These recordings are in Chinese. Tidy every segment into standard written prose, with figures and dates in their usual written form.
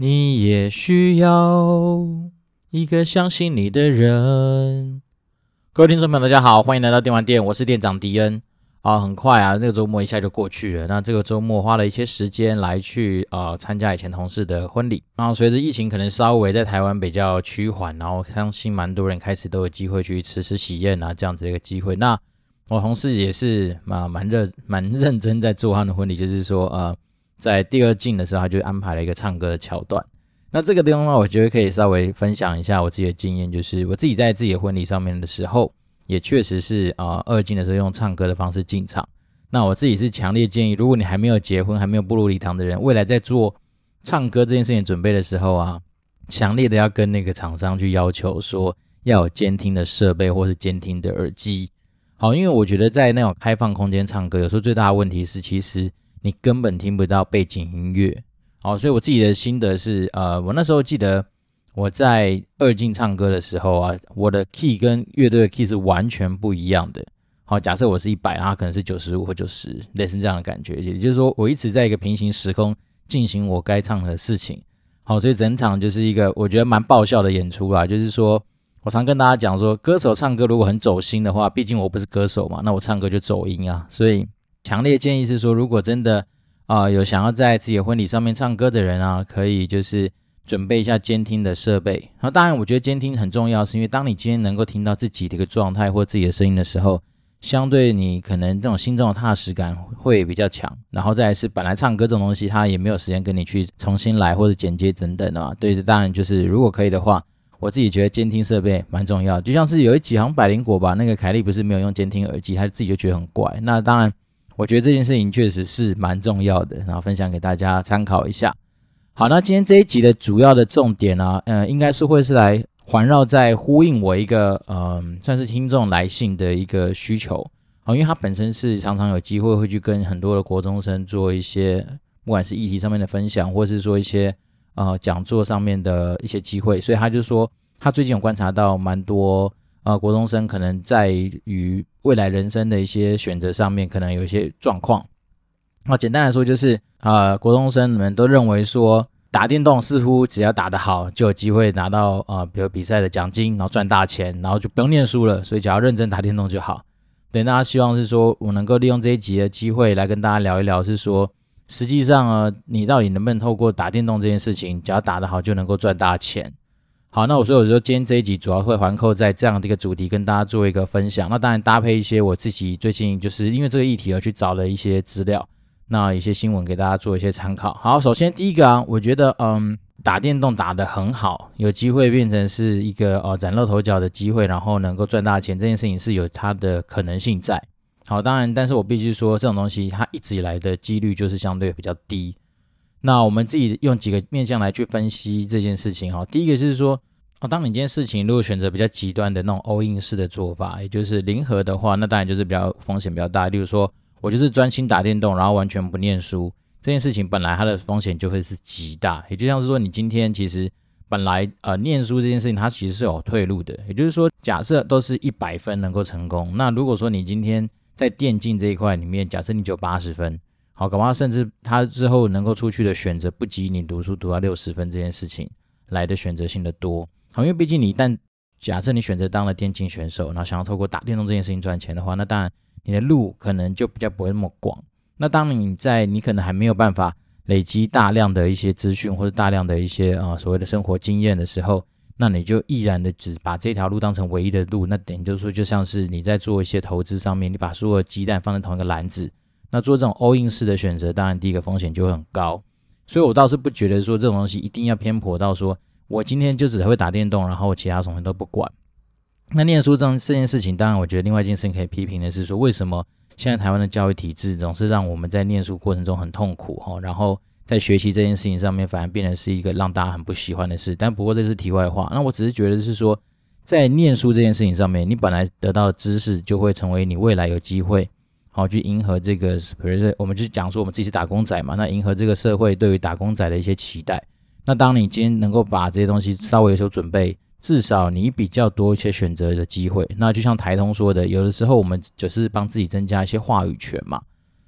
你也需要一个相信你的人。各位听众朋友大家好，欢迎来到电玩店，我是店长迪恩。很快啊，这个周末一下就过去了。那这个周末花了一些时间来去参加以前同事的婚礼。然后随着疫情可能稍微在台湾比较趋缓，然后相信蛮多人开始都有机会去吃喜宴啊这样子的一个机会。那我同事也是蛮认真在做他的婚礼，就是说在第二镜的时候他就安排了一个唱歌的桥段。那这个地方我觉得可以稍微分享一下我自己的经验，就是我自己在自己的婚礼上面的时候也确实是二镜的时候用唱歌的方式进场。那我自己是强烈建议，如果你还没有结婚还没有步入礼堂的人，未来在做唱歌这件事情准备的时候强烈的要跟那个厂商去要求说要有监听的设备或是监听的耳机。好，因为我觉得在那种开放空间唱歌有时候最大的问题是其实你根本听不到背景音乐。好，所以我自己的心得是我那时候记得我在二镜唱歌的时候我的 key 跟乐队的 key 是完全不一样的。好，假设我是100，然后可能是95或90，类似这样的感觉。也就是说我一直在一个平行时空进行我该唱的事情。好，所以整场就是一个我觉得蛮爆笑的演出啦。就是说我常跟大家讲说，歌手唱歌如果很走心的话，毕竟我不是歌手嘛，那我唱歌就走音啊。所以强烈建议是说，如果真的有想要在自己的婚礼上面唱歌的人可以就是准备一下监听的设备。然后当然我觉得监听很重要，是因为当你今天能够听到自己的一个状态或自己的声音的时候，相对你可能这种心中的踏实感会比较强。然后再来是本来唱歌这种东西它也没有时间跟你去重新来或者剪接等等对，当然就是如果可以的话，我自己觉得监听设备蛮重要。就像是有一集好像百灵果吧，那个凯莉不是没有用监听耳机，他自己就觉得很怪。那当然我觉得这件事情确实是蛮重要的，然后分享给大家参考一下。好，那今天这一集的主要的重点应该是会是来环绕在呼应我一个算是听众来信的一个需求。因为他本身是常常有机会会去跟很多的国中生做一些不管是议题上面的分享，或是说一些讲座上面的一些机会，所以他就说他最近有观察到蛮多国中生可能在于未来人生的一些选择上面可能有一些状况。简单来说就是国中生们都认为说打电动似乎只要打得好就有机会拿到比如比赛的奖金，然后赚大钱，然后就不用念书了，所以只要认真打电动就好。对，那他希望是说我能够利用这一集的机会来跟大家聊一聊，是说实际上你到底能不能透过打电动这件事情，只要打得好就能够赚大钱。好，那所以我说今天这一集主要会环扣在这样的一个主题跟大家做一个分享。那当然搭配一些我自己最近就是因为这个议题而去找了一些资料，那一些新闻给大家做一些参考。好，首先第一个我觉得打电动打得很好，有机会变成是一个崭露头角的机会，然后能够赚大钱，这件事情是有它的可能性在。好，当然但是我必须说这种东西它一直以来的几率就是相对比较低。那我们自己用几个面向来去分析这件事情。第一个就是说当你这件事情如果选择比较极端的那种 all in 式的做法，也就是零和的话，那当然就是比较风险比较大。例如说我就是专心打电动然后完全不念书，这件事情本来它的风险就会是极大。也就像是说你今天其实本来念书这件事情它其实是有退路的。也就是说假设都是100分能够成功，那如果说你今天在电竞这一块里面假设你只有80分，好，搞不好甚至他之后能够出去的选择不及你读书读到60分这件事情来的选择性的多。好，因为毕竟你一旦假设你选择当了电竞选手，然后想要透过打电动这件事情赚钱的话，那当然你的路可能就比较不会那么广。那当你可能还没有办法累积大量的一些资讯或者大量的一些所谓的生活经验的时候，那你就毅然的只把这条路当成唯一的路。那等于就是说就像是你在做一些投资上面，你把所有的鸡蛋放在同一个篮子，那做这种 all in 式的选择，当然第一个风险就会很高。所以我倒是不觉得说这种东西一定要偏颇到说我今天就只会打电动，然后我其他什么都不管。那念书这件事情，当然我觉得另外一件事情可以批评的是说，为什么现在台湾的教育体制总是让我们在念书过程中很痛苦，然后在学习这件事情上面反而变成是一个让大家很不喜欢的事。但不过这是题外话。那我只是觉得是说在念书这件事情上面，你本来得到的知识就会成为你未来有机会去迎合这个，比如说我们就讲说我们自己是打工仔嘛，那迎合这个社会对于打工仔的一些期待。那当你今天能够把这些东西稍微有所准备，至少你比较多一些选择的机会。那就像台通说的，有的时候我们就是帮自己增加一些话语权嘛。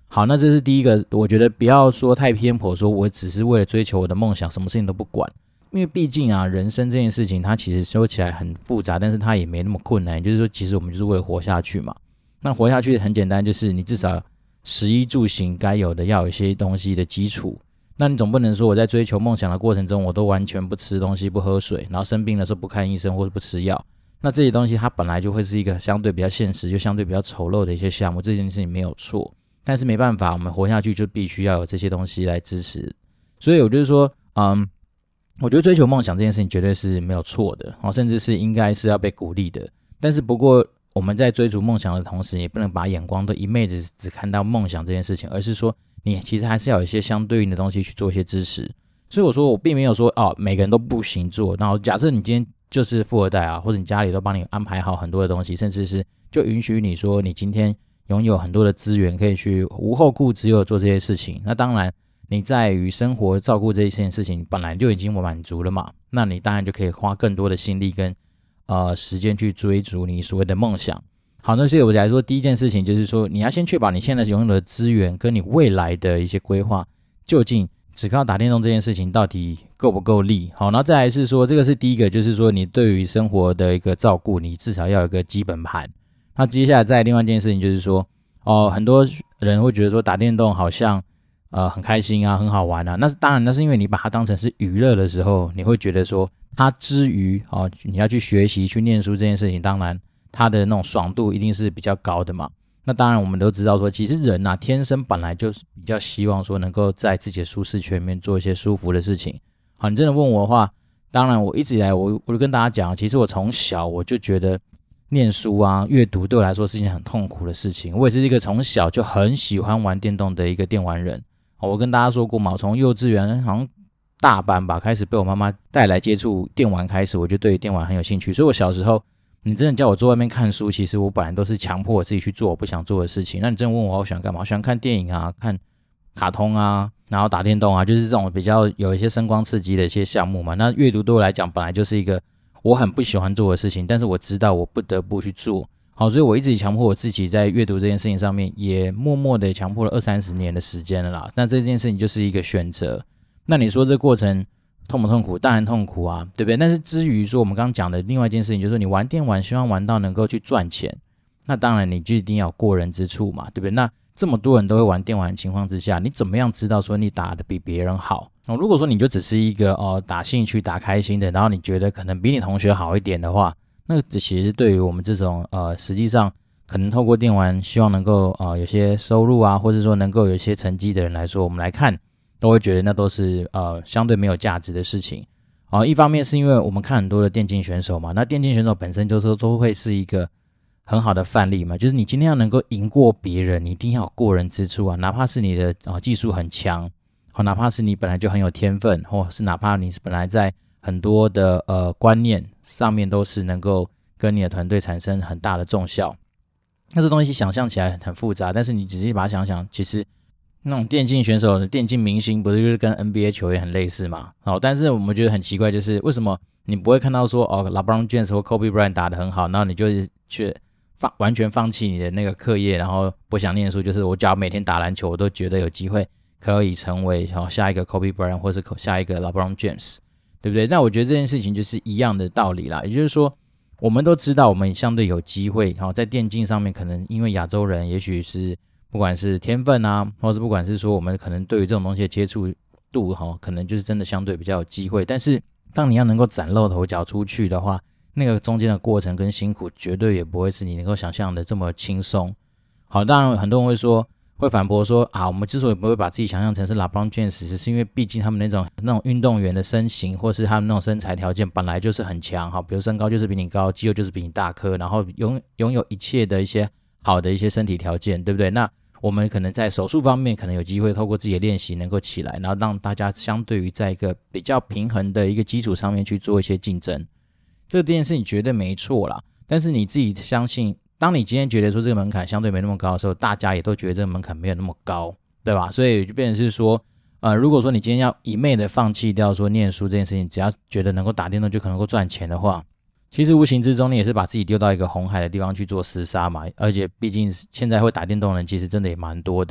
好，那这是第一个，我觉得不要说太偏颇，说我只是为了追求我的梦想，什么事情都不管。因为毕竟啊，人生这件事情，它其实说起来很复杂，但是它也没那么困难。就是说，其实我们就是为了活下去嘛。那活下去很简单，就是你至少食衣住行该有的要有一些东西的基础。那你总不能说我在追求梦想的过程中，我都完全不吃东西、不喝水，然后生病的时候不看医生或者不吃药。那这些东西它本来就会是一个相对比较现实，就相对比较丑陋的一些项目，这件事情没有错。但是没办法，我们活下去就必须要有这些东西来支持。所以我就是说，我觉得追求梦想这件事情绝对是没有错的，甚至是应该是要被鼓励的。但是不过我们在追逐梦想的同时，也不能把眼光都一昧的只看到梦想这件事情，而是说你其实还是要有一些相对应的东西去做一些支持。所以我说我并没有说每个人都不行做。然后假设你今天就是富二代啊，或者你家里都帮你安排好很多的东西，甚至是就允许你说你今天拥有很多的资源，可以去无后顾之忧的做这些事情。那当然你在于生活照顾这一件事情本来就已经满足了嘛，那你当然就可以花更多的心力跟时间去追逐你所谓的梦想。好，那所以我来说第一件事情就是说，你要先确保你现在拥有的资源跟你未来的一些规划，究竟只靠打电动这件事情到底够不够力。好，然后再来是说，这个是第一个，就是说你对于生活的一个照顾，你至少要有一个基本盘。那接下来再另外一件事情就是说，很多人会觉得说打电动好像很开心啊，很好玩啊。那当然，那是因为你把它当成是娱乐的时候，你会觉得说它之于你要去学习、去念书这件事情，当然它的那种爽度一定是比较高的嘛。那当然我们都知道说，其实人啊天生本来就比较希望说能够在自己的舒适圈里面做一些舒服的事情。好，你真的问我的话，当然我一直以来我就跟大家讲，其实我从小我就觉得念书啊、阅读对我来说是一件很痛苦的事情。我也是一个从小就很喜欢玩电动的一个电玩人。我跟大家说过嘛，我从幼稚园好像大班吧开始被我妈妈带来接触电玩开始，我就对电玩很有兴趣。所以我小时候你真的叫我坐外面看书，其实我本来都是强迫我自己去做我不想做的事情。那你真的问我喜欢干嘛？我喜欢看电影啊，看卡通啊，然后打电动啊，就是这种比较有一些声光刺激的一些项目嘛。那阅读对我来讲本来就是一个我很不喜欢做的事情，但是我知道我不得不去做。好，所以我一直强迫我自己在阅读这件事情上面，也默默的强迫了20-30年的时间了啦。那这件事情就是一个选择。那你说这过程痛不痛苦？当然痛苦啊，对不对？但是至于说我们刚刚讲的另外一件事情，就是说你玩电玩希望玩到能够去赚钱，那当然你就一定要有过人之处嘛，对不对？那这么多人都会玩电玩的情况之下，你怎么样知道说你打得比别人好？如果说你就只是一个打兴趣打开心的，然后你觉得可能比你同学好一点的话，那其实对于我们这种实际上可能透过电玩希望能够有些收入啊，或者说能够有一些成绩的人来说，我们来看都会觉得那都是相对没有价值的事情。一方面是因为我们看很多的电竞选手嘛，那电竞选手本身就是都会是一个很好的范例嘛，就是你今天要能够赢过别人，你一定要有过人之处啊，哪怕是你的技术很强，哪怕是你本来就很有天分，或是哪怕你本来在很多的观念上面都是能够跟你的团队产生很大的重效。那这东西想象起来很复杂，但是你仔细把它想想，其实那种电竞选手的电竞明星不是就是跟 NBA 球员很类似吗？但是我们觉得很奇怪，就是为什么你不会看到说LeBron James 或 Kobe Bryant 打得很好，然后你就去完全放弃你的那个课业，然后不想念书，就是我只要每天打篮球，我都觉得有机会可以成为下一个 Kobe Bryant 或是下一个 LeBron James， 对不对？那我觉得这件事情就是一样的道理啦，也就是说我们都知道我们相对有机会在电竞上面，可能因为亚洲人也许是不管是天分啊，或是不管是说我们可能对于这种东西的接触度可能就是真的相对比较有机会，但是当你要能够崭露头角出去的话，那个中间的过程跟辛苦绝对也不会是你能够想象的这么轻松。好，当然很多人会反驳说我们之所以不会把自己想象成是 LeBron James， 是因为毕竟他们那种运动员的身形或是他们那种身材条件本来就是很强，比如身高就是比你高，肌肉就是比你大颗，然后拥有一切的一些好的一些身体条件，对不对？那我们可能在手术方面可能有机会透过自己的练习能够起来，然后让大家相对于在一个比较平衡的一个基础上面去做一些竞争。这件事情绝对没错啦，但是你自己相信，当你今天觉得说这个门槛相对没那么高的时候，大家也都觉得这个门槛没有那么高，对吧？所以就变成是说如果说你今天要一昧的放弃掉说念书这件事情，只要觉得能够打电动就可能够赚钱的话，其实无形之中你也是把自己丢到一个红海的地方去做厮杀嘛。而且毕竟现在会打电动的人其实真的也蛮多的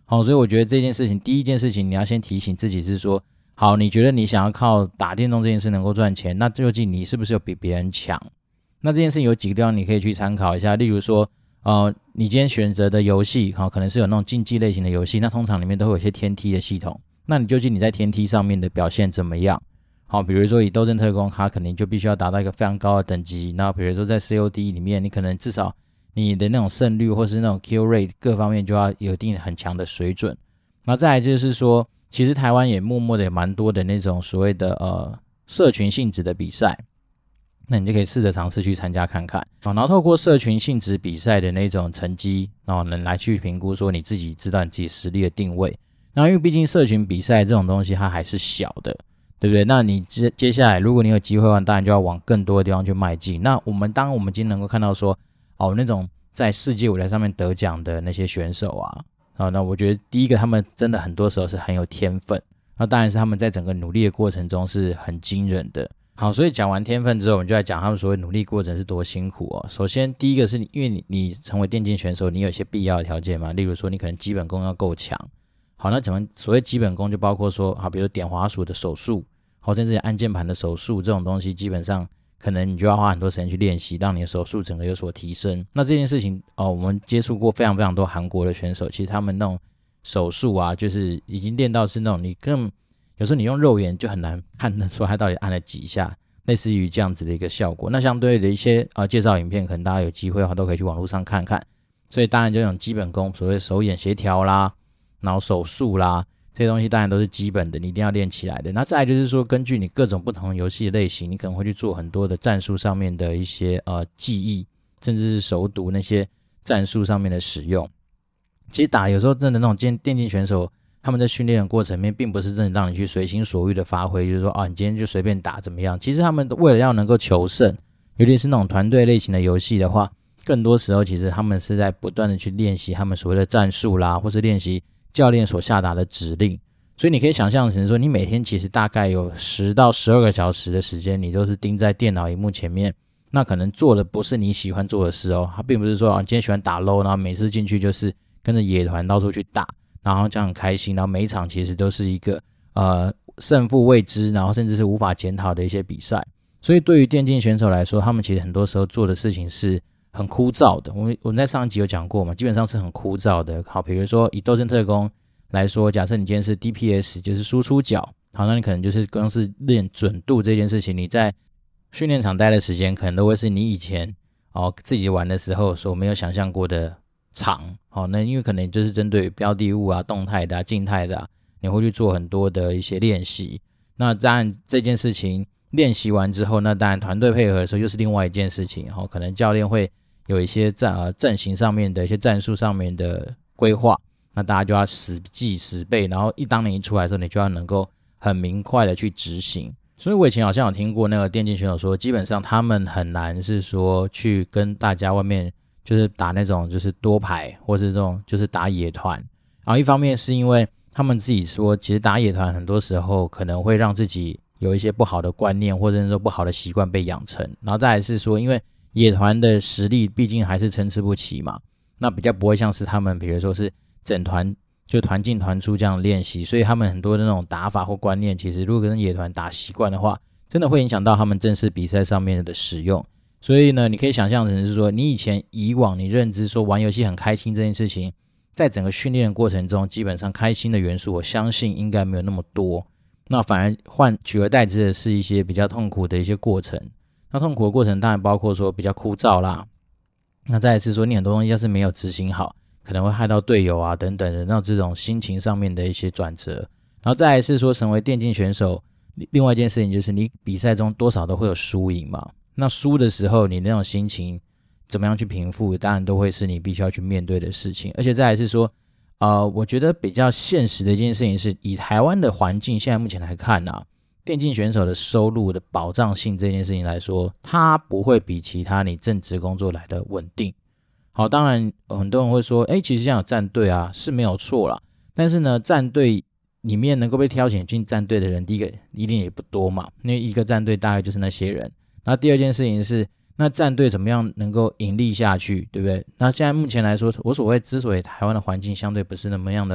好，所以我觉得这件事情，第一件事情你要先提醒自己是说，好，你觉得你想要靠打电动这件事能够赚钱，那究竟你是不是有比别人强？那这件事情有几个地方你可以去参考一下，例如说你今天选择的游戏可能是有那种竞技类型的游戏，那通常里面都会有一些天梯的系统，那你究竟你在天梯上面的表现怎么样？好，比如说以斗阵特工，它可能就必须要达到一个非常高的等级，那比如说在 COD 里面，你可能至少你的那种胜率或是那种 kill rate 各方面就要有一定很强的水准。然后再来就是说，其实台湾也默默的有蛮多的那种所谓的社群性质的比赛，那你就可以试着尝试去参加看看，然后透过社群性质比赛的那种成绩，然后能来去评估说你自己知道你自己实力的定位。那因为毕竟社群比赛这种东西它还是小的，对不对？那你接下来如果你有机会的话，当然就要往更多的地方去迈进。那当我们今天能够看到说那种在世界舞台上面得奖的那些选手啊，那我觉得第一个他们真的很多时候是很有天分，那当然是他们在整个努力的过程中是很惊人的。好，所以讲完天分之后，我们就来讲他们所谓努力过程是多辛苦哦。首先第一个是因为你成为电竞选手，你有一些必要的条件嘛，例如说你可能基本功要够强。好，那怎么所谓基本功就包括说，好，比如点滑鼠的手速，好，甚至按键盘的手速这种东西，基本上可能你就要花很多时间去练习，让你的手速整个有所提升。那这件事情我们接触过非常非常多韩国的选手，其实他们那种手速就是已经练到是那种你根本有时候你用肉眼就很难看得出他到底按了几下，类似于这样子的一个效果。那相对的一些介绍影片，可能大家有机会的话都可以去网络上看看。所以当然就那种基本功，所谓手眼协调啦，然后手速啦，这些东西当然都是基本的，你一定要练起来的。那再来就是说，根据你各种不同的游戏类型，你可能会去做很多的战术上面的一些记忆，甚至是熟读那些战术上面的使用。其实有时候真的那种电竞选手，他们在训练的过程里面，并不是真的让你去随心所欲的发挥，就是说你今天就随便打怎么样。其实他们为了要能够求胜，尤其是那种团队类型的游戏的话，更多时候其实他们是在不断的去练习他们所谓的战术啦，或是练习教练所下达的指令。所以你可以想象成说，你每天其实大概有10到12个小时的时间，你都是盯在电脑萤幕前面，那可能做的不是你喜欢做的事它并不是说你今天喜欢打 LOL， 然后每次进去就是跟着野团到处去打，然后这样很开心，然后每一场其实都是一个胜负未知，然后甚至是无法检讨的一些比赛。所以对于电竞选手来说，他们其实很多时候做的事情是很枯燥的。我们在上一集有讲过嘛，基本上是很枯燥的。好，比如说以斗阵特工来说，假设你今天是 DPS， 就是输出角，好，那你可能就是光是练准度这件事情，你在训练场待的时间可能都会是你以前自己玩的时候所没有想象过的长。好，那因为可能就是针对标的物动态的静态的你会去做很多的一些练习。那当然这件事情练习完之后，那当然团队配合的时候又是另外一件事情。可能教练会有一些阵型上面的一些战术上面的规划，那大家就要死记死背，然后当你一出来的时候，你就要能够很明快的去执行。所以我以前好像有听过那个电竞选手说，基本上他们很难是说去跟大家外面就是打那种就是多排，或是这种就是打野团。然后一方面是因为他们自己说，其实打野团很多时候可能会让自己有一些不好的观念，或者是说不好的习惯被养成。然后再来是说，因为野团的实力毕竟还是参差不齐嘛，那比较不会像是他们比如说是整团就团进团出这样练习，所以他们很多的那种打法或观念，其实如果跟野团打习惯的话，真的会影响到他们正式比赛上面的使用。所以呢，你可以想象成是说，你以往你认知说玩游戏很开心这件事情，在整个训练的过程中，基本上开心的元素，我相信应该没有那么多。那反而取而代之的是一些比较痛苦的一些过程。那痛苦的过程当然包括说比较枯燥啦，那再来是说你很多东西要是没有执行好，可能会害到队友等等的，那这种心情上面的一些转折。然后再来是说成为电竞选手，另外一件事情就是你比赛中多少都会有输赢嘛，那输的时候你那种心情怎么样去平复，当然都会是你必须要去面对的事情。而且再来是说我觉得比较现实的一件事情是，以台湾的环境现在目前来看电竞选手的收入的保障性这件事情来说，它不会比其他你正职工作来的稳定。好，当然很多人会说其实现在有战队是没有错啦，但是呢战队里面能够被挑选进战队的人，第一个一定也不多嘛，因为一个战队大概就是那些人。然后第二件事情是，那战队怎么样能够盈利下去，对不对？那现在目前来说，之所以台湾的环境相对不是那么样的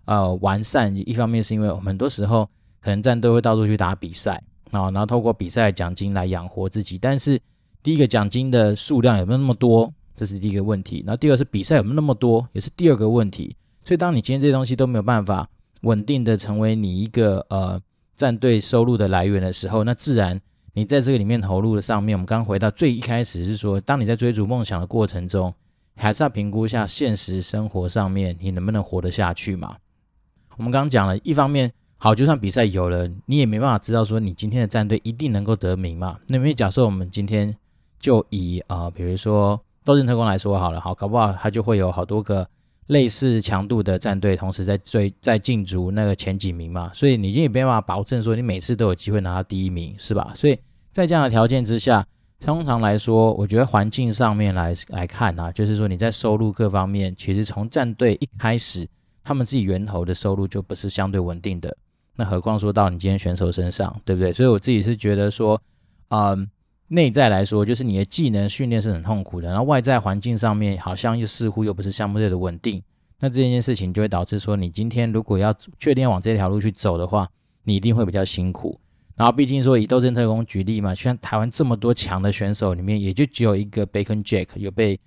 完善，一方面是因为我们很多时候可能战队会到处去打比赛，然后透过比赛的奖金来养活自己，但是第一个奖金的数量有没有那么多，这是第一个问题，然后第二是比赛有没有那么多，也是第二个问题。所以当你今天这些东西都没有办法稳定的成为你一个战队收入的来源的时候，那自然你在这个里面投入的上面，我们刚刚回到最一开始是说，当你在追逐梦想的过程中，还是要评估一下现实生活上面你能不能活得下去嘛。我们刚刚讲了，一方面好，就算比赛有了，你也没办法知道说你今天的战队一定能够得名嘛。那因为假设我们今天就以比如说斗阵特工来说好了，好，搞不好他就会有好多个类似强度的战队同时在竞逐那个前几名嘛，所以你也没办法保证说你每次都有机会拿到第一名，是吧？所以在这样的条件之下，通常来说，我觉得环境上面来看啊，就是说你在收入各方面，其实从战队一开始，他们自己源头的收入就不是相对稳定的，那何况说到你今天选手身上，对不对？所以我自己是觉得说，内在来说，就是你的技能训练是很痛苦的，然后外在环境上面好像似乎又不是相对的稳定，那这件事情就会导致说，你今天如果要确定要往这条路去走的话，你一定会比较辛苦。然后毕竟说以斗阵特工举例嘛，像台湾这么多强的选手里面，也就只有一个 Bacon Jack 有被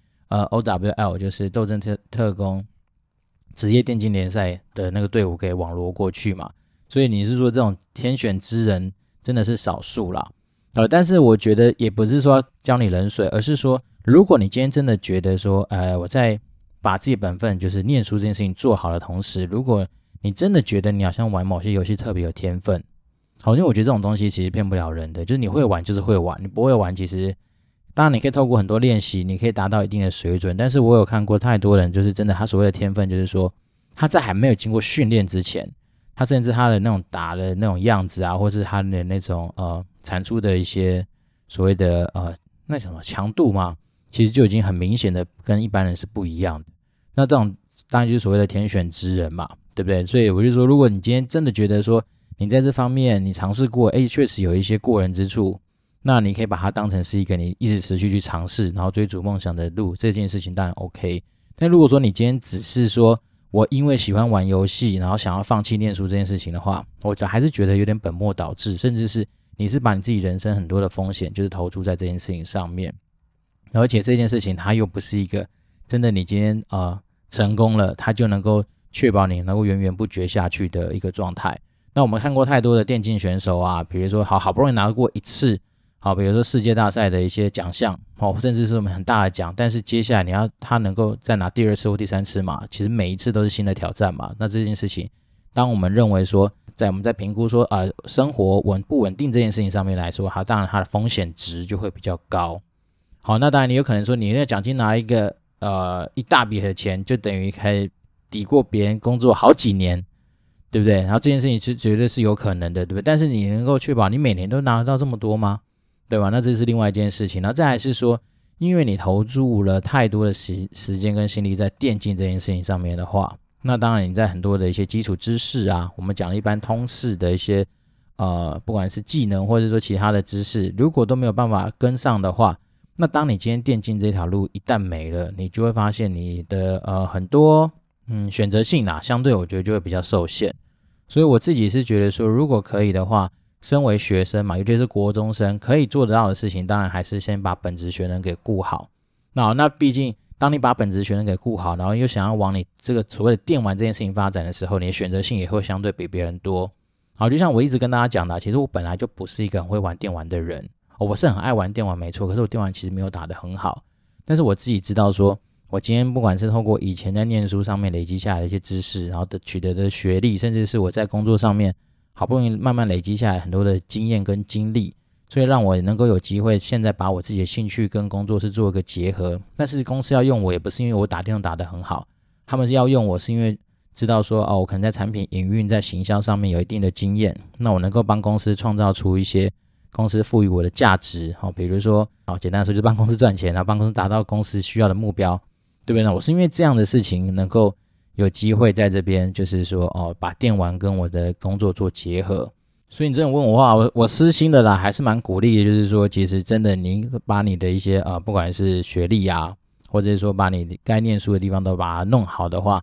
OWL 就是斗阵特工职业电竞联赛的那个队伍给网罗过去嘛，所以你是说这种天选之人真的是少数啦。但是我觉得也不是说浇你冷水，而是说如果你今天真的觉得说我在把自己本分就是念书这件事情做好的同时，如果你真的觉得你好像玩某些游戏特别有天分，好，因为我觉得这种东西其实骗不了人的，就是你会玩就是会玩，你不会玩其实当然你可以透过很多练习你可以达到一定的水准，但是我有看过太多人就是真的他所谓的天分就是说他在还没有经过训练之前，他甚至他的那种打的那种样子啊，或是他的那种产出的一些所谓的那什么强度嘛，其实就已经很明显的跟一般人是不一样的。那这种当然就是所谓的天选之人嘛，对不对？所以我就说，如果你今天真的觉得说你在这方面你尝试过，确实有一些过人之处，那你可以把它当成是一个你一直持续去尝试，然后追逐梦想的路，这件事情当然 OK。但如果说你今天只是说我因为喜欢玩游戏，然后想要放弃念书这件事情的话，我还是觉得有点本末倒置，甚至是你是把你自己人生很多的风险就是投注在这件事情上面，而且这件事情它又不是一个真的你今天成功了，它就能够确保你能够源源不绝下去的一个状态。那我们看过太多的电竞选手啊，比如说好不容易拿过一次，好，比如说世界大赛的一些奖项，甚至是我们很大的奖，但是接下来他能够再拿第二次或第三次嘛，其实每一次都是新的挑战嘛。那这件事情，当我们认为说，我们在评估说生活不稳定这件事情上面来说，当然它的风险值就会比较高。好，那当然你有可能说你那个奖金拿一个一大笔的钱，就等于可以抵过别人工作好几年，对不对？然后这件事情是绝对是有可能的，对不对？但是你能够确保你每年都拿得到这么多吗？对吧？那这是另外一件事情。然后再来是说，因为你投注了太多的时间跟心力在电竞这件事情上面的话，那当然你在很多的一些基础知识啊，我们讲了一般通识的一些不管是技能或者说其他的知识，如果都没有办法跟上的话，那当你今天电竞这条路一旦没了，你就会发现你的很多选择性相对我觉得就会比较受限。所以我自己是觉得说，如果可以的话，身为学生嘛，尤其是国中生，可以做得到的事情，当然还是先把本职学能给顾好。那毕竟当你把本职学能给顾好，然后又想要往你这个所谓的电玩这件事情发展的时候，你的选择性也会相对比别人多。好，就像我一直跟大家讲的，其实我本来就不是一个很会玩电玩的人，我是很爱玩电玩没错，可是我电玩其实没有打得很好。但是我自己知道说，我今天不管是透过以前在念书上面累积下来的一些知识，然后取得的学历，甚至是我在工作上面好不容易慢慢累积下来很多的经验跟经历，所以让我能够有机会现在把我自己的兴趣跟工作是做一个结合。但是公司要用我也不是因为我打电动打得很好，他们是要用我是因为知道说我可能在产品营运在行销上面有一定的经验，那我能够帮公司创造出一些公司赋予我的价值，比如说简单的说就是帮公司赚钱，然后帮公司达到公司需要的目标，对不对呢？我是因为这样的事情能够有机会在这边就是说把电玩跟我的工作做结合。所以你这种问我话，我私心的啦，还是蛮鼓励的，就是说其实真的你把你的一些不管是学历啊，或者是说把你该念书的地方都把它弄好的话，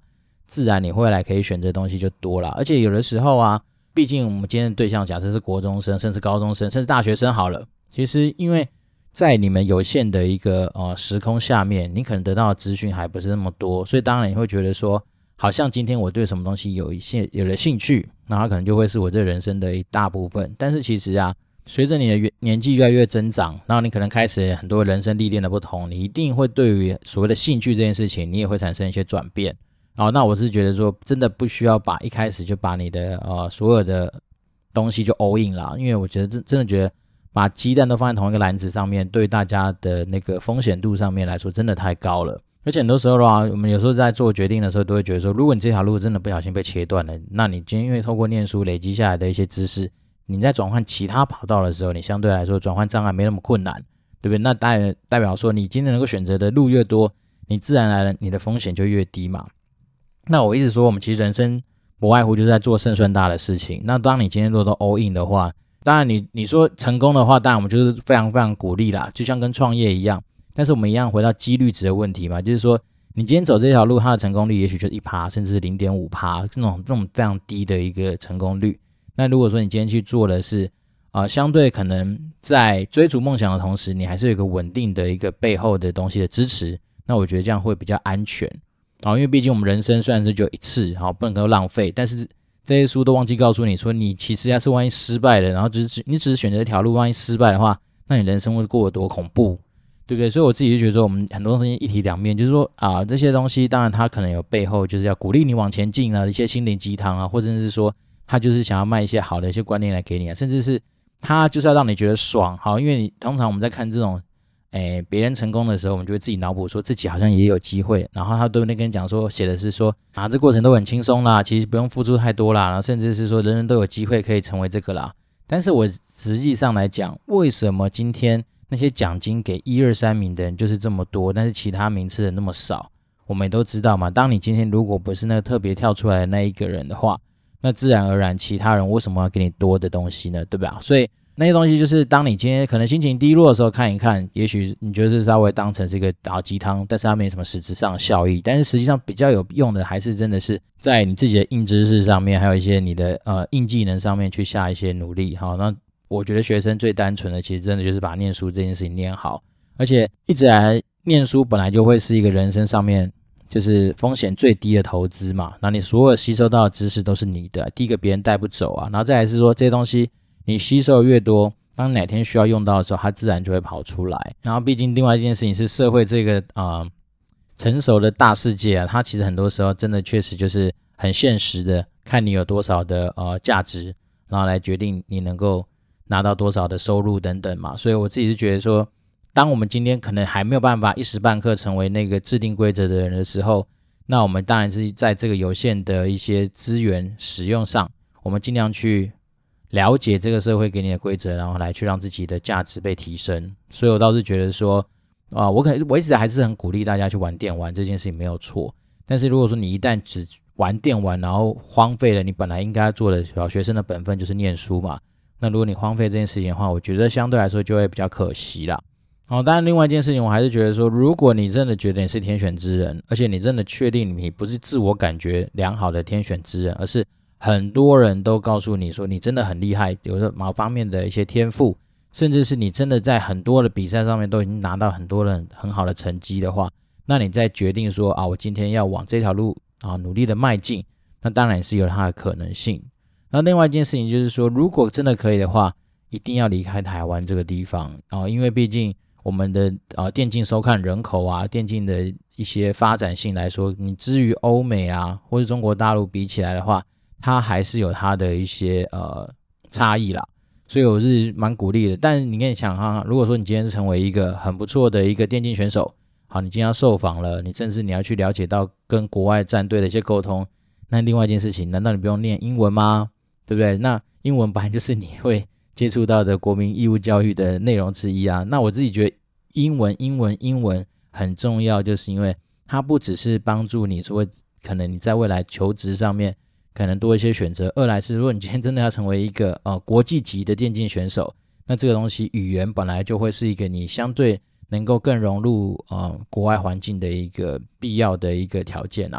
自然你未来可以选择的东西就多了。而且有的时候啊，毕竟我们今天的对象假设是国中生，甚至高中生，甚至大学生好了，其实因为在你们有限的一个时空下面，你可能得到的资讯还不是那么多，所以当然你会觉得说，好像今天我对什么东西有了兴趣，那它可能就会是我这人生的一大部分。但是其实啊，随着你的年纪越来越增长，然后你可能开始很多人生历练的不同，你一定会对于所谓的兴趣这件事情，你也会产生一些转变。那我是觉得说，真的不需要把一开始就把你的所有的东西就 all in 啦，因为我觉得真的觉得把鸡蛋都放在同一个篮子上面，对大家的那个风险度上面来说，真的太高了。而且很多时候的话，我们有时候在做决定的时候，都会觉得说，如果你这条路真的不小心被切断了，那你今天因为透过念书累积下来的一些知识，你在转换其他跑道的时候，你相对来说转换障碍没那么困难，对不对？那代表说，你今天能够选择的路越多，你自然而然你的风险就越低嘛。那我一直说，我们其实人生不外乎就是在做胜算大的事情。那当你今天如果都 all in 的话，当然你说成功的话，当然我们就是非常非常鼓励啦，就像跟创业一样。但是我们一样回到几率值的问题嘛，就是说你今天走这条路，它的成功率也许就是 1%， 甚至是 0.5%， 这种非常低的一个成功率。那如果说你今天去做的是相对可能在追逐梦想的同时，你还是有一个稳定的一个背后的东西的支持，那我觉得这样会比较安全。因为毕竟我们人生虽然是只有一次，不能够浪费，但是这些书都忘记告诉你说，你其实要是万一失败了，然后你只是选择一条路，万一失败的话，那你人生会过得多恐怖，对不对？所以我自己就觉得说，我们很多东西一体两面，就是说这些东西当然它可能有背后就是要鼓励你往前进啊，一些心灵鸡汤啊，或者是说他就是想要卖一些好的一些观念来给你啊，甚至是他就是要让你觉得爽。好，因为你通常我们在看这种别人成功的时候，我们就会自己脑补说自己好像也有机会，然后他都跟你讲说，写的是说这过程都很轻松啦，其实不用付出太多啦，然后甚至是说人人都有机会可以成为这个啦。但是我实际上来讲，为什么今天那些奖金给1、2、3名的人就是这么多，但是其他名次的那么少？我们也都知道嘛，当你今天如果不是那个特别跳出来的那一个人的话，那自然而然其他人为什么要给你多的东西呢？对吧？所以那些东西就是当你今天可能心情低落的时候看一看，也许你觉得是稍微当成这个打鸡汤，但是它没什么实质上的效益。但是实际上比较有用的还是真的是在你自己的硬知识上面，还有一些你的硬技能上面去下一些努力。好，那我觉得学生最单纯的其实真的就是把念书这件事情念好，而且一直来念书本来就会是一个人生上面就是风险最低的投资嘛，那你所有吸收到的知识都是你的，第一个别人带不走啊，然后再来是说这些东西你吸收越多，当哪天需要用到的时候，它自然就会跑出来。然后毕竟另外一件事情是社会这个成熟的大世界啊，它其实很多时候真的确实就是很现实的，看你有多少的价值，然后来决定你能够拿到多少的收入等等嘛。所以我自己是觉得说，当我们今天可能还没有办法一时半刻成为那个制定规则的人的时候，那我们当然是在这个有限的一些资源使用上，我们尽量去了解这个社会给你的规则，然后来去让自己的价值被提升。所以我倒是觉得说我一直还是很鼓励大家去玩电玩，这件事情没有错。但是如果说你一旦只玩电玩，然后荒废了你本来应该做的小学生的本分，就是念书嘛，那如果你荒废这件事情的话，我觉得相对来说就会比较可惜啦。当然另外一件事情我还是觉得说，如果你真的觉得你是天选之人，而且你真的确定你不是自我感觉良好的天选之人，而是很多人都告诉你说你真的很厉害，有某方面的一些天赋，甚至是你真的在很多的比赛上面都已经拿到很多人很好的成绩的话，那你再决定说我今天要往这条路努力的迈进，那当然是有它的可能性。那另外一件事情就是说，如果真的可以的话，一定要离开台湾这个地方因为毕竟我们的电竞收看人口电竞的一些发展性来说，你至于欧美或是中国大陆比起来的话，它还是有它的一些差异啦。所以我是蛮鼓励的。但你可以想哈，如果说你今天是成为一个很不错的一个电竞选手，好，你今天要受访了，你甚至你要去了解到跟国外战队的一些沟通，那另外一件事情，难道你不用念英文吗？对不对？那英文本来就是你会接触到的国民义务教育的内容之一啊。那我自己觉得英文很重要，就是因为它不只是帮助你说可能你在未来求职上面可能多一些选择，二来是如果你今天真的要成为一个国际级的电竞选手，那这个东西语言本来就会是一个你相对能够更融入国外环境的一个必要的一个条件啊。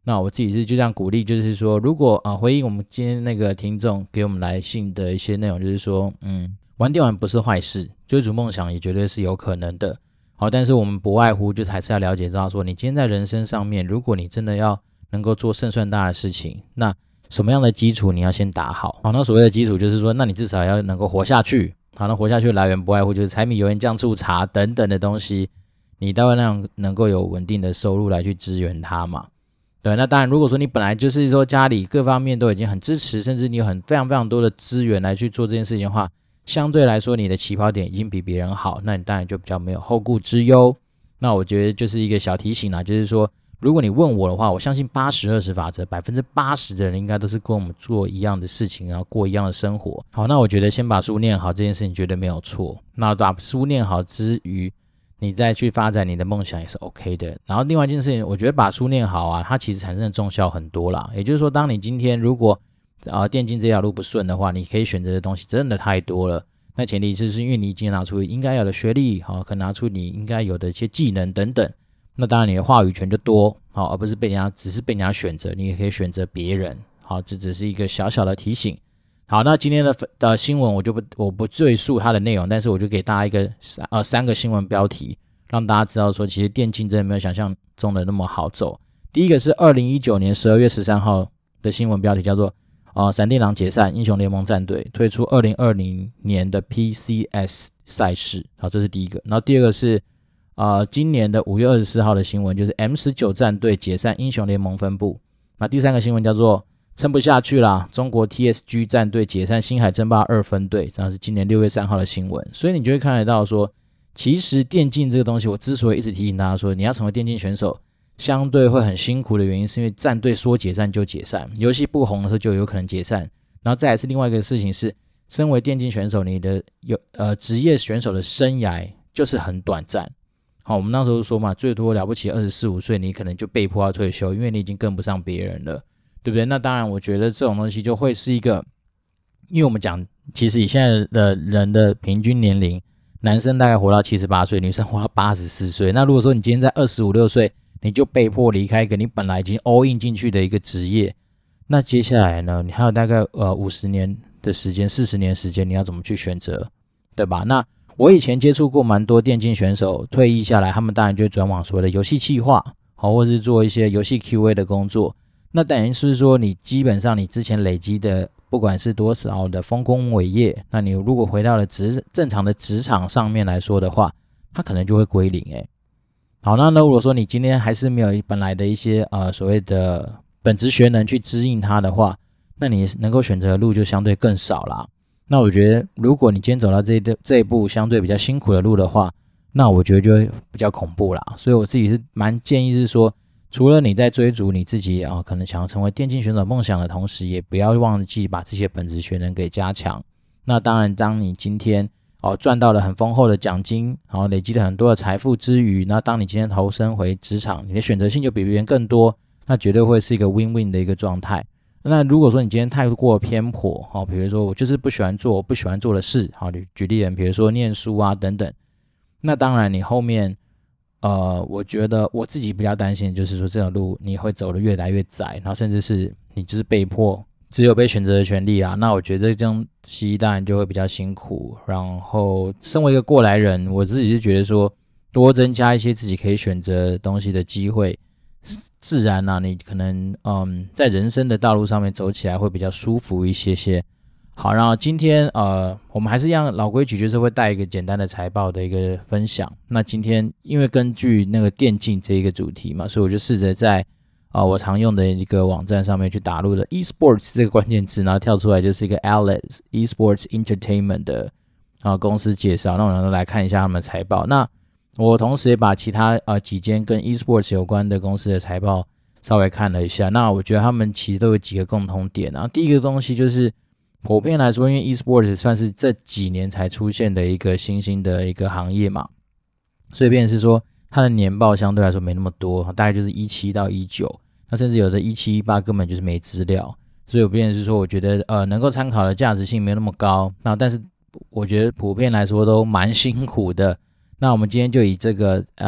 那我自己是就这样鼓励，就是说如果回应我们今天那个听众给我们来信的一些内容，就是说玩电玩不是坏事，追逐梦想也绝对是有可能的。好，但是我们不外乎就还是要了解到说，你今天在人生上面，如果你真的要能够做胜算大的事情，那什么样的基础你要先打好。好，那所谓的基础就是说，那你至少要能够活下去。好，那活下去的来源不外乎就是柴米油盐酱醋茶等等的东西，你都要能够有稳定的收入来去支援它嘛。对，那当然如果说你本来就是说家里各方面都已经很支持，甚至你有非常非常多的资源来去做这件事情的话，相对来说你的起跑点已经比别人好，那你当然就比较没有后顾之忧。那我觉得就是一个小提醒啦，就是说如果你问我的话，我相信80-20法则，80%的人应该都是跟我们做一样的事情，然后过一样的生活。好，那我觉得先把书念好这件事情绝对没有错。那把书念好之余，你再去发展你的梦想也是 OK 的。然后另外一件事情，我觉得把书念好啊，它其实产生的重效很多啦。也就是说，当你今天如果电竞这条路不顺的话，你可以选择的东西真的太多了。那前提是因为你已经拿出应该有的学历，可能拿出你应该有的一些技能等等。那当然你的话语权就多，而不是只是被人家选择，你也可以选择别人。好，这只是一个小小的提醒。好，那今天的新闻我不赘述它的内容，但是我就给大家一个3个新闻标题，让大家知道说，其实电竞真的没有想象中的那么好走。第一个是2019年12月13号的新闻标题，叫做闪电狼解散，英雄联盟战队退出2020年的 PCS 赛事。好，这是第一个。然后第二个是今年的5月24号的新闻，就是 M19 战队解散英雄联盟分部。那第三个新闻叫做撑不下去啦，中国 TSG 战队解散星海争霸2分队，这是今年6月3号的新闻。所以你就会看得到说，其实电竞这个东西，我之所以一直提醒大家说，你要成为电竞选手，相对会很辛苦的原因，是因为战队说解散就解散，游戏不红的时候就有可能解散。然后再来是另外一个事情是，身为电竞选手，你的职业选手的生涯就是很短暂。好，我们那时候说嘛，最多了不起24-25岁，你可能就被迫要退休，因为你已经跟不上别人了，对不对？那当然，我觉得这种东西就会是一个，因为我们讲，其实以现在的人的平均年龄，男生大概活到78岁，女生活到84岁。那如果说你今天在25-26岁，你就被迫离开一个你本来已经 all in 进去的一个职业，那接下来呢，你还有大概50年的时间，40年的时间，你要怎么去选择，对吧？那我以前接触过蛮多电竞选手，退役下来，他们当然就会转往所谓的游戏企划，或是做一些游戏 QA 的工作。那等于是说，你基本上你之前累积的，不管是多少的丰功伟业，那你如果回到了正常的职场上面来说的话，它可能就会归零。好，那如果说你今天还是没有本来的一些所谓的本职学能去支应它的话，那你能够选择的路就相对更少啦。那我觉得，如果你今天走到这一步相对比较辛苦的路的话，那我觉得就会比较恐怖啦。所以我自己是蛮建议是说，除了你在追逐你自己可能想要成为电竞选手梦想的同时，也不要忘记把这些本职学能给加强。那当然，当你今天赚到了很丰厚的奖金，然后累积了很多的财富之余，那当你今天投身回职场，你的选择性就比别人更多，那绝对会是一个 win-win 的一个状态。那如果说你今天太过偏颇，比如说我就是不喜欢做我不喜欢做的事，举例人，比如说念书啊等等，那当然你后面我觉得我自己比较担心的就是说，这条路你会走得越来越窄，然后甚至是你就是被迫只有被选择的权利啊。那我觉得这样当然就会比较辛苦。然后身为一个过来人，我自己是觉得说，多增加一些自己可以选择东西的机会，自然你可能在人生的道路上面走起来会比较舒服一些些。好，然后今天我们还是一样老规矩，就是会带一个简单的财报的一个分享。那今天因为根据那个电竞这一个主题嘛，所以我就试着在我常用的一个网站上面去打入了 eSports 这个关键字，然后跳出来就是一个 Alex eSports Entertainment 的公司介绍。那我们来看一下他们的财报。那我同时也把其他几间跟 eSports 有关的公司的财报稍微看了一下。那我觉得他们其实都有几个共同点。然后第一个东西就是普遍来说，因为 eSports 算是这几年才出现的一个新兴的一个行业嘛，所以变成是说它的年报相对来说没那么多，大概就是17到19，那甚至有的17、18根本就是没资料，所以我变成是说我觉得能够参考的价值性没有那么高。那但是我觉得普遍来说都蛮辛苦的。那我们今天就以这个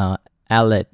Allied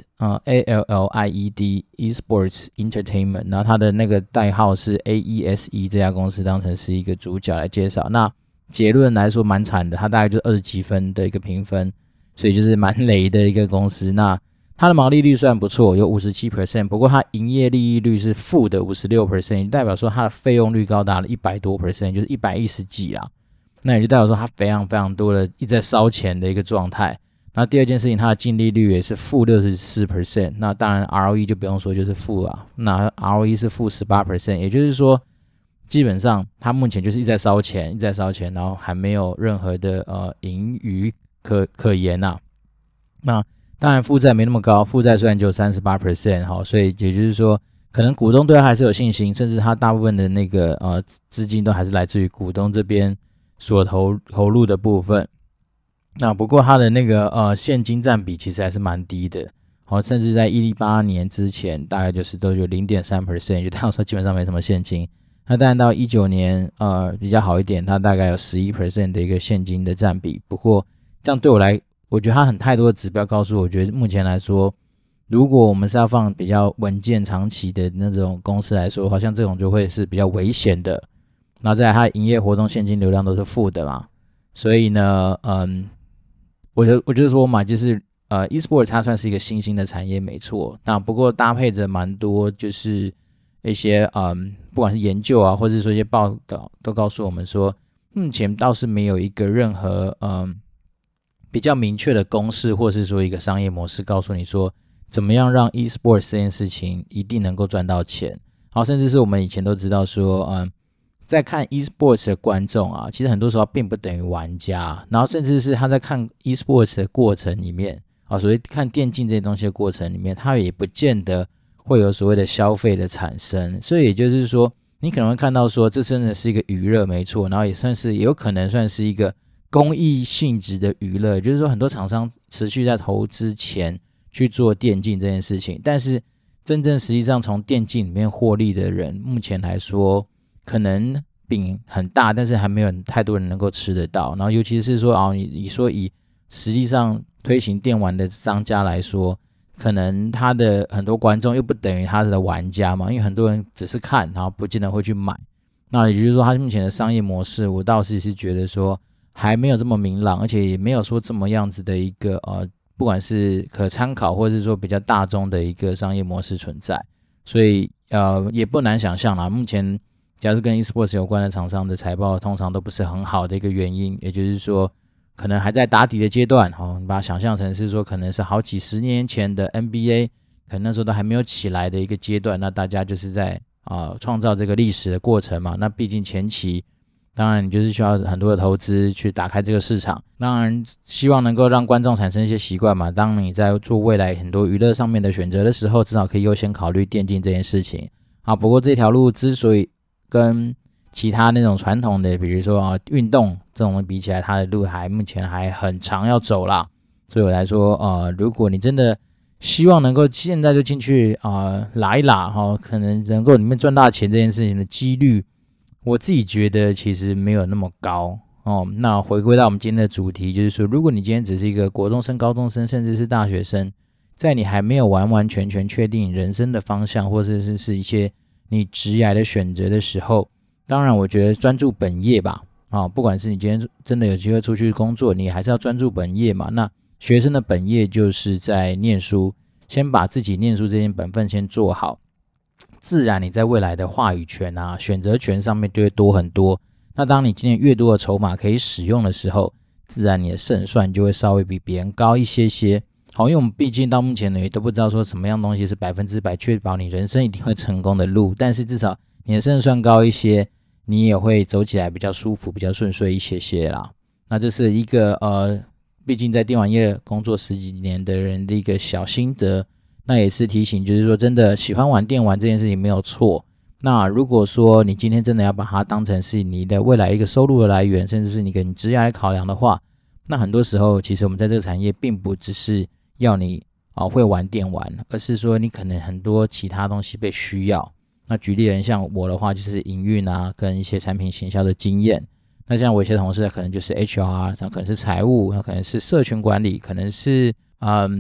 ALLIED Esports Entertainment， 然后它的那个代号是 AESE 这家公司当成是一个主角来介绍。那结论来说蛮惨的，它大概就20几分的一个评分，所以就是蛮雷的一个公司。那它的毛利率虽然不错，有 57%， 不过它营业利益率是负的 56%， 代表说它的费用率高达了100多%，就是110几啦。那也就代表说它非常非常多的一直在烧钱的一个状态。那第二件事情，它的净利率也是负 64%， 那当然 ROE 就不用说，就是负啦。那 ROE 是负 18%， 也就是说基本上它目前就是一直在烧钱，一直在烧钱，然后还没有任何的盈余可言啊。那当然负债没那么高，负债虽然只有 38%， 所以也就是说可能股东对它还是有信心，甚至它大部分的那个资金都还是来自于股东这边所投入的部分。那不过它的那个现金占比其实还是蛮低的，甚至在18年之前大概就是都有 0.3%， 就代表说基本上没什么现金。那当然到19年比较好一点，它大概有 11% 的一个现金的占比。不过这样对我觉得它太多的指标告诉我觉得目前来说，如果我们是要放比较稳健长期的那种公司来说，好像这种就会是比较危险的。然后再来它的营业活动现金流量都是负的嘛，所以呢我觉得说嘛，就是eSports 它算是一个新兴的产业没错，那不过搭配着蛮多就是一些不管是研究啊，或者说一些报道都告诉我们说，目前倒是没有一个任何比较明确的公式，或是说一个商业模式告诉你说怎么样让 eSports 这件事情一定能够赚到钱。好，甚至是我们以前都知道说在看 eSports 的观众啊，其实很多时候并不等于玩家，然后甚至是他在看 eSports 的过程里面所谓看电竞这些东西的过程里面，他也不见得会有所谓的消费的产生。所以也就是说，你可能会看到说这真的是一个娱乐没错，然后也有可能算是一个公益性质的娱乐，也就是说很多厂商持续在投资钱去做电竞这件事情，但是真正实际上从电竞里面获利的人，目前来说可能饼很大，但是还没有太多人能够吃得到。然后尤其是说你说以实际上推行电玩的商家来说，可能他的很多观众又不等于他的玩家嘛，因为很多人只是看，然后不见得会去买。那也就是说他目前的商业模式，我倒是觉得说还没有这么明朗，而且也没有说这么样子的一个不管是可参考或者是说比较大众的一个商业模式存在。所以也不难想象啦，目前假如是跟 eSports 有关的厂商的财报通常都不是很好的一个原因，也就是说可能还在打底的阶段你把它想象成是说可能是好几十年前的 NBA， 可能那时候都还没有起来的一个阶段，那大家就是在创造这个历史的过程嘛。那毕竟前期当然你就是需要很多的投资去打开这个市场，当然希望能够让观众产生一些习惯嘛。当你在做未来很多娱乐上面的选择的时候，至少可以优先考虑电竞这件事情不过这条路之所以跟其他那种传统的比如说运动这种比起来，它的路目前还很长要走啦。所以我来说如果你真的希望能够现在就进去拉一拉可能能够里面赚大钱这件事情的几率，我自己觉得其实没有那么高那回归到我们今天的主题，就是说如果你今天只是一个国中生、高中生甚至是大学生，在你还没有完完全全确定人生的方向，或者是一些你职业的选择的时候，当然我觉得专注本业吧不管是你今天真的有机会出去工作，你还是要专注本业嘛。那学生的本业就是在念书，先把自己念书这件本分先做好，自然你在未来的话语权选择权上面就会多很多。那当你今天越多的筹码可以使用的时候，自然你的胜算就会稍微比别人高一些些因为我们毕竟到目前呢也都不知道说什么样东西是100%确保你人生一定会成功的路，但是至少你的胜算高一些，你也会走起来比较舒服比较顺遂一些些啦。那这是一个毕竟在电玩业工作10几年的人的一个小心得，那也是提醒，就是说真的喜欢玩电玩这件事情没有错。那如果说你今天真的要把它当成是你的未来一个收入的来源，甚至是你跟你职业来考量的话，那很多时候其实我们在这个产业并不只是要你会玩电玩，而是说你可能很多其他东西被需要。那举例人像我的话就是营运跟一些产品行销的经验，那像我一些同事可能就是 HR， 可能是财务，可能是社群管理，可能是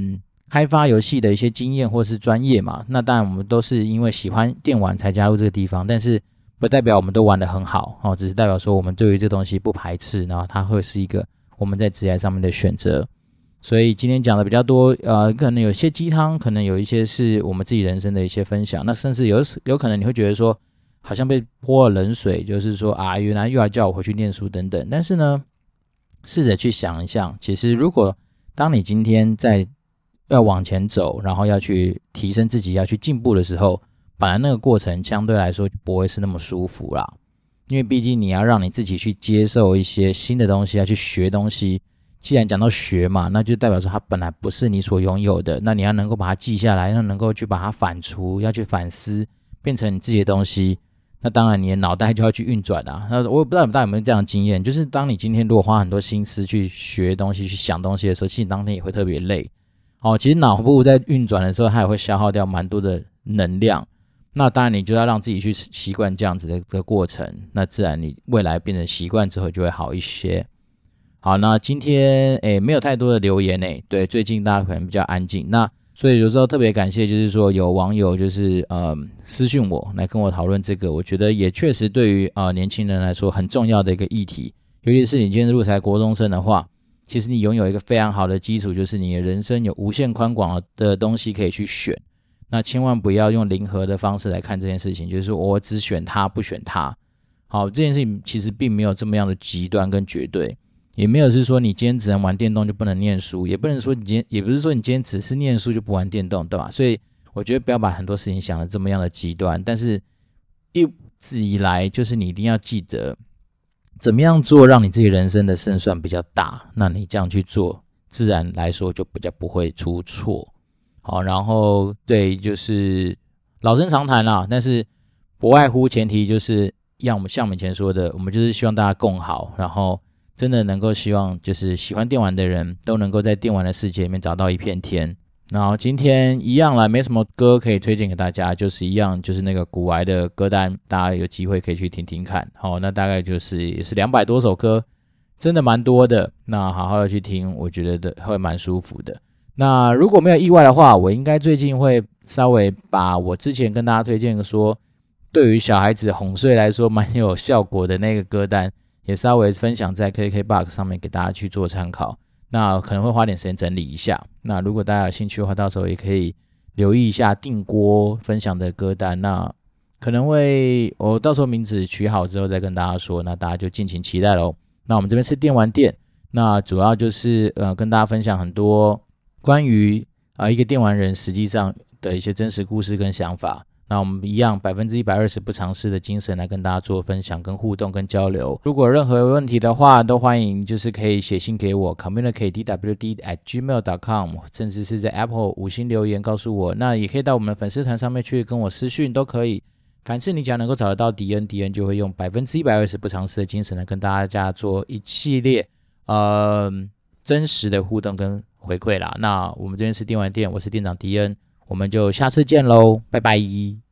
开发游戏的一些经验或是专业嘛。那当然我们都是因为喜欢电玩才加入这个地方，但是不代表我们都玩得很好，只是代表说我们对于这东西不排斥，然后它会是一个我们在职业上面的选择。所以今天讲的比较多，可能有些鸡汤，可能有一些是我们自己人生的一些分享，那甚至有可能你会觉得说好像被泼了冷水，就是说原来又要叫我回去念书等等。但是呢，试着去想一想，其实如果当你今天在要往前走，然后要去提升自己，要去进步的时候，本来那个过程相对来说就不会是那么舒服啦，因为毕竟你要让你自己去接受一些新的东西，要去学东西。既然讲到学嘛，那就代表说它本来不是你所拥有的，那你要能够把它记下来，要能够去把它反刍，要去反思，变成你自己的东西。那当然你的脑袋就要去运转啊。那我也不知道大家有没有这样的经验，就是当你今天如果花很多心思去学东西，去想东西的时候，其实当天也会特别累。其实脑部在运转的时候，它也会消耗掉蛮多的能量。那当然你就要让自己去习惯这样子的一个过程，那自然你未来变成习惯之后就会好一些。好，那今天没有太多的留言对，最近大家可能比较安静，那所以有时候特别感谢，就是说有网友就是私讯我来跟我讨论这个，我觉得也确实对于年轻人来说很重要的一个议题，尤其是你今天如果才国中生的话，其实你拥有一个非常好的基础，就是你的人生有无限宽广的东西可以去选，那千万不要用零和的方式来看这件事情，就是说我只选他不选他。好，这件事情其实并没有这么样的极端跟绝对。也没有是说你今天只能玩电动就不能念书，也不是说你今天只是念书就不玩电动，对吧？所以我觉得不要把很多事情想得这么样的极端，但是一直以来就是你一定要记得怎么样做让你自己人生的胜算比较大，那你这样去做自然来说就比较不会出错。好，然后对，就是老生常谈啦，但是不外乎前提就是像我们以前说的，我们就是希望大家共好，然后真的能够希望就是喜欢电玩的人都能够在电玩的世界里面找到一片天。然后今天一样啦，没什么歌可以推荐给大家，就是一样就是那个古玩的歌单，大家有机会可以去听听看。好，那大概也是200多首歌，真的蛮多的，那好好的去听，我觉得会蛮舒服的。那如果没有意外的话，我应该最近会稍微把我之前跟大家推荐说对于小孩子哄睡来说蛮有效果的那个歌单也稍微分享在 KKBOX 上面给大家去做参考，那可能会花点时间整理一下。那如果大家有兴趣的话，到时候也可以留意一下定锅分享的歌单，那可能会我到时候名字取好之后再跟大家说，那大家就敬请期待咯。那我们这边是电玩店，那主要就是跟大家分享很多关于一个电玩人实际上的一些真实故事跟想法。那我们一样120%不尝试的精神来跟大家做分享跟互动跟交流。如果有任何问题的话，都欢迎就是可以写信给我 communicatedwd@gmail.com， 甚至是在 Apple 5星留言告诉我。那也可以到我们的粉丝团上面去跟我私讯都可以。凡是你只要能够找得到迪恩就会用120%不尝试的精神来跟大家做一系列真实的互动跟回馈啦。那我们这边是电玩店，我是店长迪恩，我们就下次见咯，拜拜。